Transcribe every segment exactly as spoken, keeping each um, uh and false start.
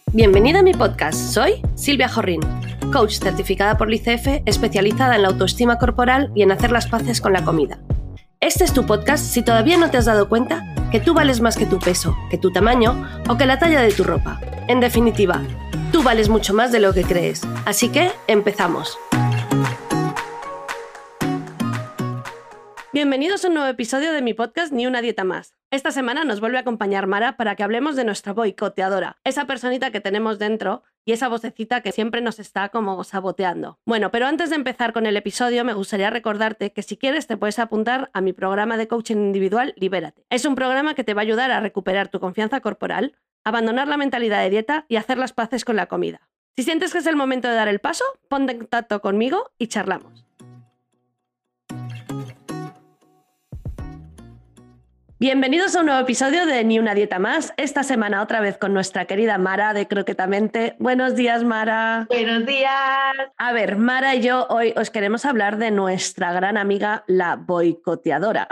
Bienvenida a mi podcast. Soy Silvia Jorrín, coach certificada por el I C F, especializada en la autoestima corporal y en hacer las paces con la comida. Este es tu podcast si todavía no te has dado cuenta que tú vales más que tu peso, que tu tamaño o que la talla de tu ropa. En definitiva, tú vales mucho más de lo que crees. Así que, empezamos. Bienvenidos a un nuevo episodio de mi podcast Ni una dieta más. Esta semana nos vuelve a acompañar Mara para que hablemos de nuestra boicoteadora, esa personita que tenemos dentro y esa vocecita que siempre nos está como saboteando. Bueno, pero antes de empezar con el episodio me gustaría recordarte que si quieres te puedes apuntar a mi programa de coaching individual Libérate. Es un programa que te va a ayudar a recuperar tu confianza corporal, abandonar la mentalidad de dieta y hacer las paces con la comida. Si sientes que es el momento de dar el paso, ponte en contacto conmigo y charlamos. Bienvenidos a un nuevo episodio de Ni una dieta más. Esta semana otra vez con nuestra querida Mara de Croquetamente. Buenos días, Mara. Buenos días. A ver, Mara y yo hoy os queremos hablar de nuestra gran amiga, la boicoteadora.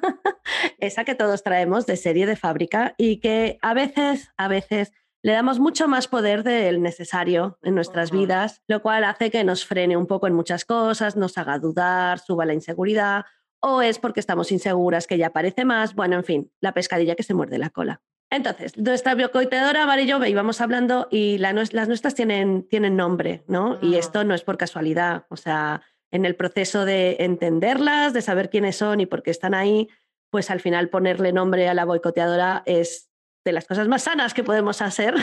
Esa que todos traemos de serie de fábrica y que a veces, a veces le damos mucho más poder del necesario en nuestras uh-huh. vidas, lo cual hace que nos frene un poco en muchas cosas, nos haga dudar, suba la inseguridad. O es porque estamos inseguras que ya parece más, bueno, en fin, la pescadilla que se muerde la cola. Entonces, nuestra boicoteadora, Mara y yo íbamos hablando y la, las nuestras tienen, tienen nombre, ¿no? Y esto no es por casualidad, o sea, en el proceso de entenderlas, de saber quiénes son y por qué están ahí, pues al final ponerle nombre a la boicoteadora es de las cosas más sanas que podemos hacer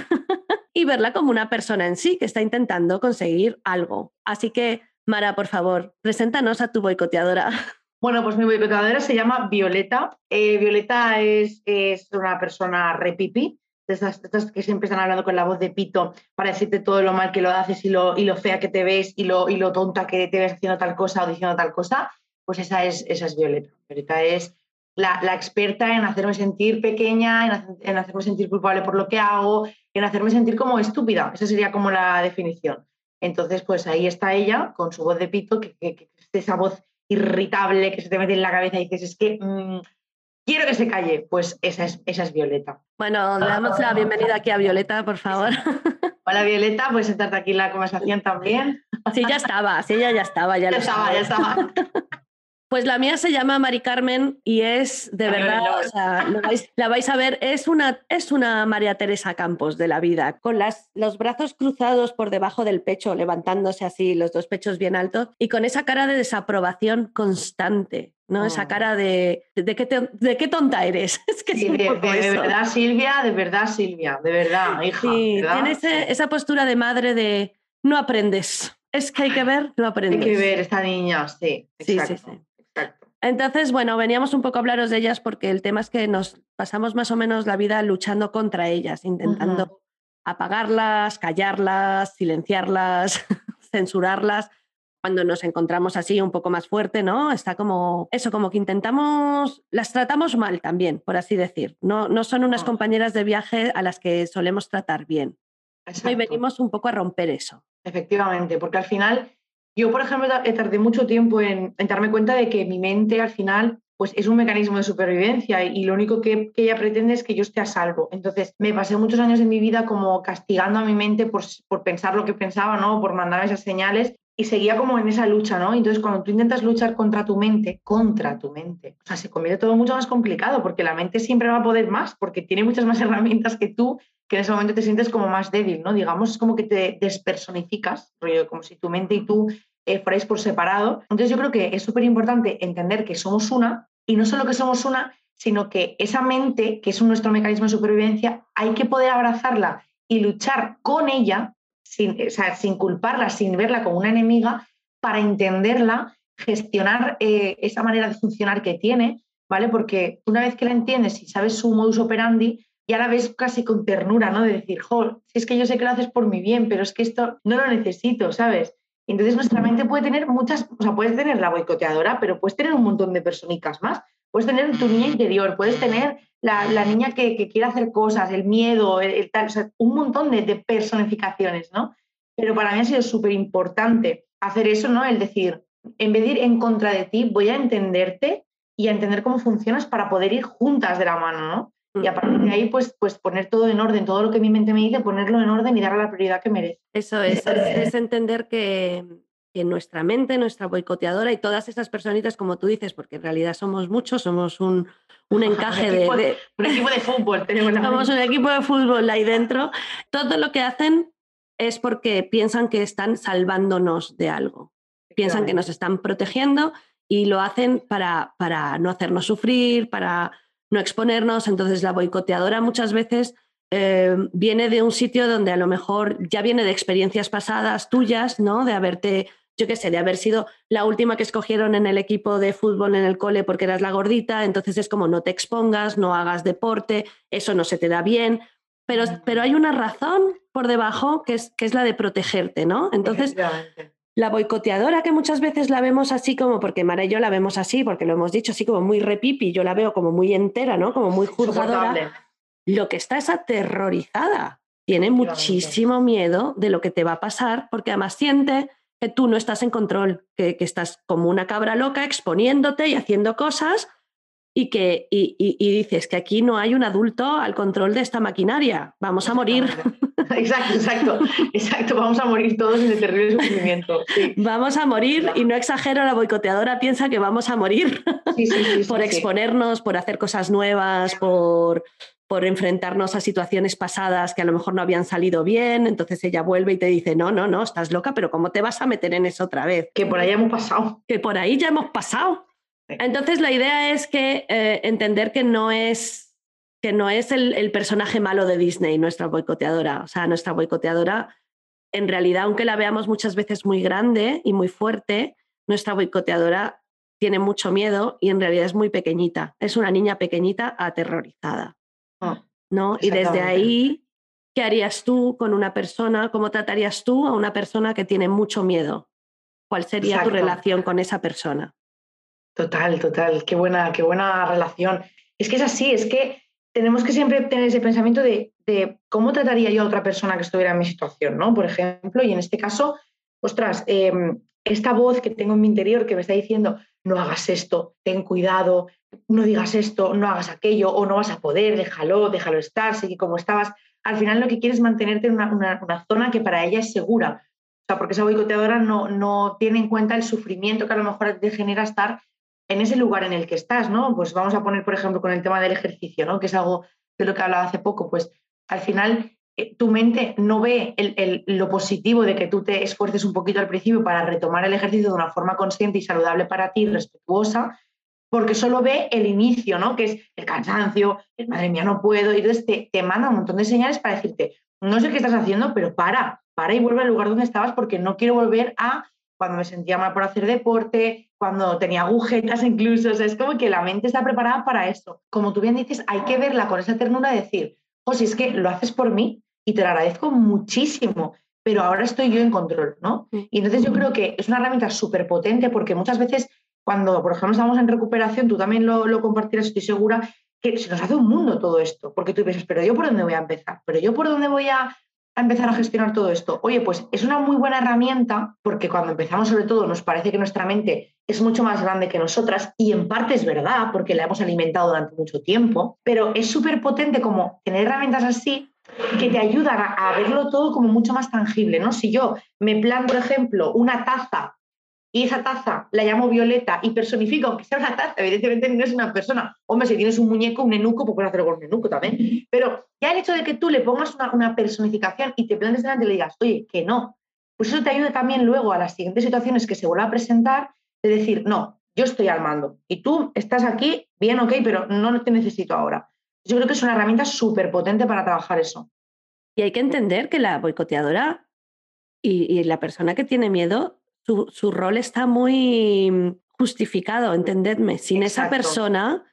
y verla como una persona en sí que está intentando conseguir algo. Así que, Mara, por favor, preséntanos a tu boicoteadora. Bueno, pues mi boicoteadora se llama Violeta. Eh, Violeta es, es una persona repipi, de estas, de estas que siempre están hablando con la voz de pito para decirte todo lo mal que lo haces y lo, y lo fea que te ves y lo, y lo tonta que te ves haciendo tal cosa o diciendo tal cosa. Pues esa es, esa es Violeta. Violeta es la, la experta en hacerme sentir pequeña, en, hacer, en hacerme sentir culpable por lo que hago, en hacerme sentir como estúpida. Esa sería como la definición. Entonces, pues ahí está ella con su voz de pito, que, que, que esa voz irritable que se te mete en la cabeza y dices, es que mmm, quiero que se calle. Pues esa es, esa es Violeta. Bueno, le damos la bienvenida aquí a Violeta, por favor. Hola, Violeta, puedes sentarte aquí en la conversación también. Sí, ya estaba, sí, ella ya estaba. Ya, ya estaba, sabes. ya estaba. Pues la mía se llama Mari Carmen y es, de Ay, verdad, no, no. O sea, lo vais, la vais a ver, es una, es una María Teresa Campos de la vida, con las, los brazos cruzados por debajo del pecho, levantándose así, los dos pechos bien altos, y con esa cara de desaprobación constante, ¿no? Oh. Esa cara de, de, de, qué te, de qué tonta eres. Es que sí, es un de, poco de, eso. de verdad, Silvia, de verdad, Silvia, de verdad, hija. Sí, ¿verdad? tiene ese, esa postura de madre de no aprendes. Es que hay que ver, no aprendes. Hay que ver esta niña, sí, exacto. Sí, sí, sí. Exacto. Entonces, bueno, veníamos un poco a hablaros de ellas porque el tema es que nos pasamos más o menos la vida luchando contra ellas, intentando uh-huh. apagarlas, callarlas, silenciarlas, censurarlas. Cuando nos encontramos así un poco más fuerte, ¿no? Está como eso, como que intentamos, las tratamos mal también, por así decir. No, no son unas uh-huh. compañeras de viaje a las que solemos tratar bien. Exacto. Hoy venimos un poco a romper eso. Efectivamente, porque al final... Yo, por ejemplo, tardé mucho tiempo en, en darme cuenta de que mi mente al final pues, es un mecanismo de supervivencia y, y lo único que, que ella pretende es que yo esté a salvo. Entonces, me pasé muchos años en mi vida como castigando a mi mente por, por pensar lo que pensaba, ¿no? Por mandarme esas señales y seguía como en esa lucha, ¿no? Entonces, cuando tú intentas luchar contra tu mente, contra tu mente, o sea, se convierte todo mucho más complicado porque la mente siempre va a poder más porque tiene muchas más herramientas que tú, que en ese momento te sientes como más débil, ¿no? Digamos, es como que te despersonificas, rollo, como si tu mente y tú eh, fuerais por separado. Entonces yo creo que es súper importante entender que somos una y no solo que somos una, sino que esa mente, que es nuestro mecanismo de supervivencia, hay que poder abrazarla y luchar con ella, sin, o sea, sin culparla, sin verla como una enemiga, para entenderla, gestionar eh, esa manera de funcionar que tiene, ¿vale? Porque una vez que la entiendes y sabes su modus operandi, ya la ves casi con ternura, ¿no? De decir, jo, si es que yo sé que lo haces por mi bien, pero es que esto no lo necesito, ¿sabes? Entonces nuestra mente puede tener muchas, o sea, puedes tener la boicoteadora, pero puedes tener un montón de personicas más. Puedes tener tu niña interior, puedes tener la, la niña que, que quiere hacer cosas, el miedo, el, el tal, o sea, un montón de, de personificaciones, ¿no? Pero para mí ha sido súper importante hacer eso, ¿no? El decir, en vez de ir en contra de ti, voy a entenderte y a entender cómo funcionas para poder ir juntas de la mano, ¿no? Y a partir de ahí, pues, pues poner todo en orden, todo lo que mi mente me dice, ponerlo en orden y darle la prioridad que merece. Eso es, es, es entender que, que nuestra mente, nuestra boicoteadora y todas esas personitas, como tú dices, porque en realidad somos muchos, somos un, un encaje un equipo, de, de... Un equipo de fútbol. Tenemos la somos un equipo de fútbol ahí dentro. Todo lo que hacen es porque piensan que están salvándonos de algo. Piensan que nos están protegiendo y lo hacen para, para no hacernos sufrir, para no exponernos. Entonces la boicoteadora muchas veces eh, viene de un sitio donde a lo mejor ya viene de experiencias pasadas tuyas, ¿no? De haberte, yo qué sé, de haber sido la última que escogieron en el equipo de fútbol en el cole porque eras la gordita, entonces es como no te expongas, no hagas deporte, eso no se te da bien. Pero, pero hay una razón por debajo que es, que es la de protegerte, ¿no? Entonces, la boicoteadora, que muchas veces la vemos así como, porque Mara y yo la vemos así, porque lo hemos dicho así como muy repipi, yo la veo como muy entera, ¿no? Como muy juzgadora. Lo que está es aterrorizada. Tiene muchísimo miedo de lo que te va a pasar, porque además siente que tú no estás en control, que, que estás como una cabra loca exponiéndote y haciendo cosas y que y, y, y dices que aquí no hay un adulto al control de esta maquinaria, vamos a morir. Exacto, exacto, exacto, vamos a morir todos en el terrible sufrimiento. Sí. Vamos a morir, y no exagero, la boicoteadora piensa que vamos a morir sí, sí, sí, por sí, exponernos, sí. por hacer cosas nuevas, por, por enfrentarnos a situaciones pasadas que a lo mejor no habían salido bien. Entonces ella vuelve y te dice, no, no, no, estás loca, pero ¿cómo te vas a meter en eso otra vez? Que por ahí hemos pasado. Que por ahí ya hemos pasado. Entonces la idea es que eh, entender que no es, que no es el, el personaje malo de Disney, nuestra boicoteadora. O sea, nuestra boicoteadora, en realidad, aunque la veamos muchas veces muy grande y muy fuerte, nuestra boicoteadora tiene mucho miedo y en realidad es muy pequeñita. Es una niña pequeñita aterrorizada. Oh, ¿no? Y desde ahí, ¿qué harías tú con una persona? ¿Cómo tratarías tú a una persona que tiene mucho miedo? ¿Cuál sería Exacto. tu relación con esa persona? Total, total. Qué buena, qué buena relación. Es que es así, es que tenemos que siempre tener ese pensamiento de, de cómo trataría yo a otra persona que estuviera en mi situación, ¿no? Por ejemplo, y en este caso, ostras, eh, esta voz que tengo en mi interior que me está diciendo, no hagas esto, ten cuidado, no digas esto, no hagas aquello, o no vas a poder, déjalo, déjalo estar, sigue como estabas. Al final lo que quieres es mantenerte en una, una, una zona que para ella es segura. O sea, porque esa boicoteadora no, no tiene en cuenta el sufrimiento que a lo mejor te genera estar en ese lugar en el que estás, ¿no? Pues vamos a poner, por ejemplo, con el tema del ejercicio, ¿no? Que es algo de lo que hablaba hace poco, pues al final eh, tu mente no ve el, el, lo positivo de que tú te esfuerces un poquito al principio para retomar el ejercicio de una forma consciente y saludable para ti, respetuosa, porque solo ve el inicio, ¿no? Que es el cansancio, el madre mía, no puedo, y entonces te, te manda un montón de señales para decirte, no sé qué estás haciendo, pero para, para y vuelve al lugar donde estabas porque no quiero volver a cuando me sentía mal por hacer deporte, cuando tenía agujetas incluso, o sea, es como que la mente está preparada para eso. Como tú bien dices, hay que verla con esa ternura y decir, oh, si es que lo haces por mí y te lo agradezco muchísimo, pero ahora estoy yo en control, ¿no? Y entonces yo creo que es una herramienta súper potente porque muchas veces cuando, por ejemplo, estamos en recuperación, tú también lo, lo compartirás, estoy segura, que se nos hace un mundo todo esto, porque tú piensas, pero yo por dónde voy a empezar, pero yo por dónde voy a a empezar a gestionar todo esto. Oye, pues es una muy buena herramienta porque cuando empezamos sobre todo nos parece que nuestra mente es mucho más grande que nosotras y en parte es verdad porque la hemos alimentado durante mucho tiempo, pero es súper potente como tener herramientas así que te ayudan a, a verlo todo como mucho más tangible, ¿no? Si yo me plan, por ejemplo, una taza y esa taza la llamo Violeta y personifico, aunque sea una taza, evidentemente no es una persona. Hombre, si tienes un muñeco, un nenuco, pues puedes hacerlo con un nenuco también. Pero ya el hecho de que tú le pongas una, una personificación y te plantes delante y le digas, oye, que no, pues eso te ayuda también luego a las siguientes situaciones que se vuelvan a presentar, de decir, no, yo estoy al mando y tú estás aquí, bien, ok, pero no te necesito ahora. Yo creo que es una herramienta súper potente para trabajar eso. Y hay que entender que la boicoteadora y, y la persona que tiene miedo, su, su rol está muy justificado, entendedme. Sin Exacto. esa persona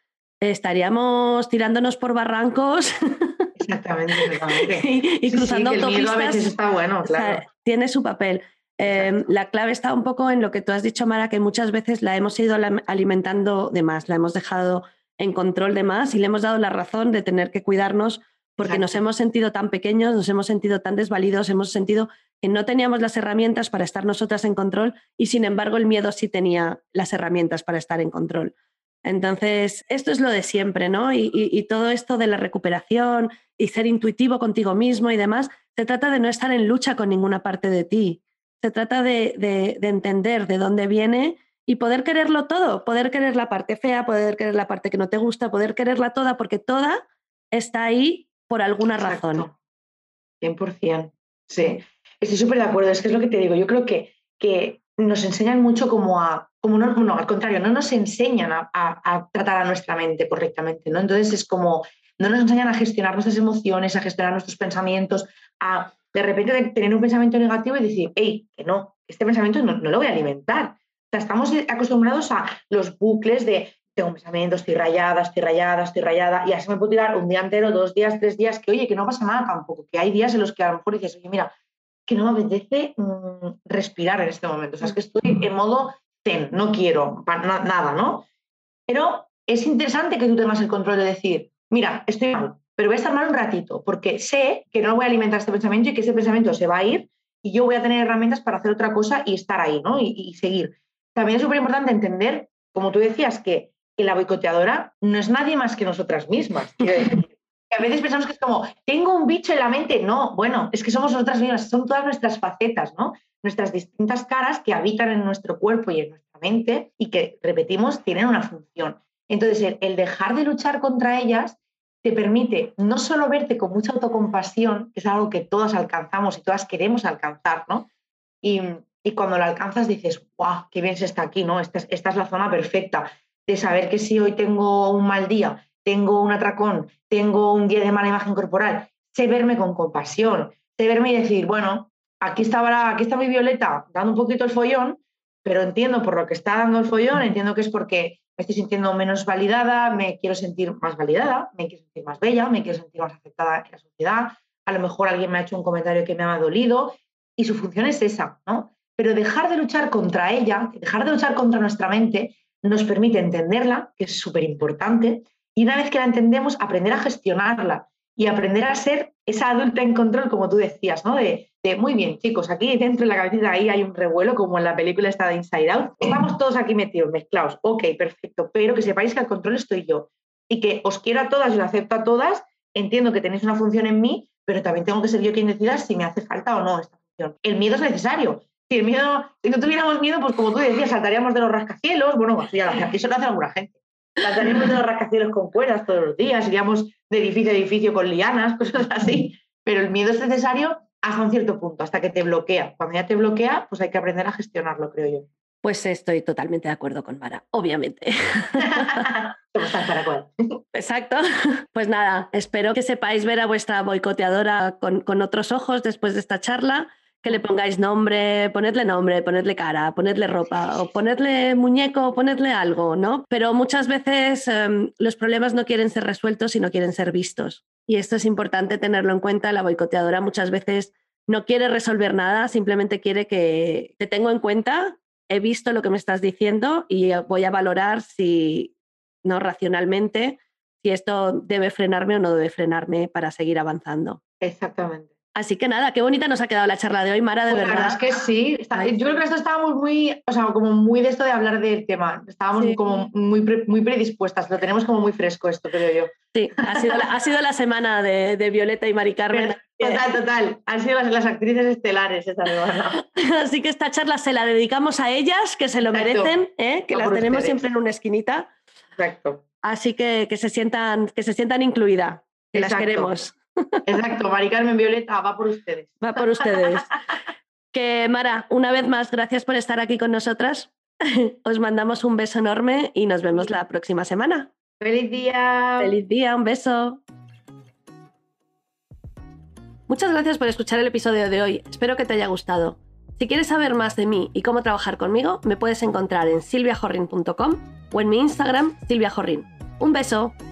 estaríamos tirándonos por barrancos. Exactamente, exactamente. y, y sí, cruzando sí, que el autopistas. miedo a veces está bueno, claro. O sea, tiene su papel. Eh, la clave está un poco en lo que tú has dicho, Mara, que muchas veces la hemos ido alimentando de más, la hemos dejado en control de más y le hemos dado la razón de tener que cuidarnos porque Exacto. nos hemos sentido tan pequeños, nos hemos sentido tan desvalidos, hemos sentido que no teníamos las herramientas para estar nosotras en control y sin embargo el miedo sí tenía las herramientas para estar en control. Entonces, esto es lo de siempre, ¿no? Y, y, y todo esto de la recuperación y ser intuitivo contigo mismo y demás, se trata de no estar en lucha con ninguna parte de ti. Se trata de, de, de entender de dónde viene y poder quererlo todo, poder querer la parte fea, poder querer la parte que no te gusta, poder quererla toda, porque toda está ahí por alguna Exacto. razón. cien por ciento. Sí, estoy súper de acuerdo. Es que es lo que te digo. Yo creo que, que nos enseñan mucho como a, como no, no, al contrario, no nos enseñan a, a, a tratar a nuestra mente correctamente, ¿no? Entonces es como, no nos enseñan a gestionar nuestras emociones, a gestionar nuestros pensamientos, a de repente tener un pensamiento negativo y decir, hey, que no, este pensamiento no, no lo voy a alimentar. O sea, estamos acostumbrados a los bucles de tengo un pensamiento, estoy rayada, estoy rayada, estoy rayada, y así me puedo tirar un día entero, dos días, tres días, que oye, que no pasa nada tampoco, que hay días en los que a lo mejor dices, oye, mira, que no me apetece mmm, respirar en este momento, o sea, es que estoy en modo zen, no quiero na nada, ¿no? Pero es interesante que tú tengas el control de decir, mira, estoy mal, pero voy a estar mal un ratito, porque sé que no voy a alimentar este pensamiento y que ese pensamiento se va a ir y yo voy a tener herramientas para hacer otra cosa y estar ahí, ¿no? Y, y seguir. También es súper importante entender, como tú decías, que que la boicoteadora no es nadie más que nosotras mismas. Quiero decir, que a veces pensamos que es como, tengo un bicho en la mente. No, bueno, es que somos nosotras mismas, son todas nuestras facetas, ¿no? Nuestras distintas caras que habitan en nuestro cuerpo y en nuestra mente y que, repetimos, tienen una función. Entonces, el, el dejar de luchar contra ellas te permite no solo verte con mucha autocompasión, que es algo que todas alcanzamos y todas queremos alcanzar, ¿no? Y, y cuando lo alcanzas dices, ¡guau! ¡Qué bien se está aquí! ¿No? Esta es, esta es la zona perfecta. De saber que si hoy tengo un mal día, tengo un atracón, tengo un día de mala imagen corporal, sé verme con compasión, sé verme y decir, bueno, aquí está, aquí está mi Violeta dando un poquito el follón, pero entiendo por lo que está dando el follón, entiendo que es porque me estoy sintiendo menos validada, me quiero sentir más validada, me quiero sentir más bella, me quiero sentir más aceptada en la sociedad, a lo mejor alguien me ha hecho un comentario que me ha dolido y su función es esa, ¿no? Pero dejar de luchar contra ella, dejar de luchar contra nuestra mente, nos permite entenderla, que es súper importante, y una vez que la entendemos, aprender a gestionarla y aprender a ser esa adulta en control, como tú decías, ¿no? De, de muy bien, chicos, aquí dentro de la cabecita ahí hay un revuelo, como en la película esta de Inside Out. Estamos todos aquí metidos, mezclados. Ok, perfecto, pero que sepáis que al control estoy yo y que os quiero a todas y os acepto a todas, entiendo que tenéis una función en mí, pero también tengo que ser yo quien decida si me hace falta o no esta función. El miedo es necesario. Si, el miedo, si no tuviéramos miedo, pues como tú decías, saltaríamos de los rascacielos. Bueno, así eso lo hace alguna gente. Saltaríamos de los rascacielos con cuerdas todos los días, iríamos de edificio a edificio con lianas, cosas así. Pero el miedo es necesario hasta un cierto punto, hasta que te bloquea. Cuando ya te bloquea, pues hay que aprender a gestionarlo, creo yo. Pues estoy totalmente de acuerdo con Mara, obviamente. Somos tan para cual. Exacto. Pues nada, espero que sepáis ver a vuestra boicoteadora con, con otros ojos después de esta charla. Que le pongáis nombre, ponedle nombre, ponedle cara, ponedle ropa, o ponedle muñeco, ponedle algo, ¿no? Pero muchas veces um, los problemas no quieren ser resueltos, sino quieren ser vistos. Y esto es importante tenerlo en cuenta. La boicoteadora muchas veces no quiere resolver nada, simplemente quiere que te tengo en cuenta, he visto lo que me estás diciendo y voy a valorar si, no racionalmente, si esto debe frenarme o no debe frenarme para seguir avanzando. Exactamente. Así que nada, qué bonita nos ha quedado la charla de hoy, Mara, de pues verdad. La verdad es que sí. Está, yo creo que esto estábamos muy, o sea, como muy de esto de hablar del tema. Estábamos sí. como muy, pre, muy predispuestas. Lo tenemos como muy fresco esto, creo yo. Sí, ha sido la, ha sido la semana de, de Violeta y Mari Carmen. Pero, total, total. Han sido las, las actrices estelares esta semana. Así que esta charla se la dedicamos a ellas, que se lo Exacto. merecen, ¿eh? Que no las tenemos ustedes. Siempre en una esquinita. Exacto. Así que que se sientan, que se sientan incluidas, que Exacto. las queremos. Exacto, Mari Carmen, Violeta, va por ustedes. Va por ustedes. Que Mara, una vez más, gracias por estar aquí con nosotras. Os mandamos un beso enorme y nos vemos la próxima semana. ¡Feliz día! ¡Feliz día! Un beso. Muchas gracias por escuchar el episodio de hoy. Espero que te haya gustado. Si quieres saber más de mí y cómo trabajar conmigo, me puedes encontrar en silvia jorrin punto com o en mi Instagram, silvia jorrin. Un beso.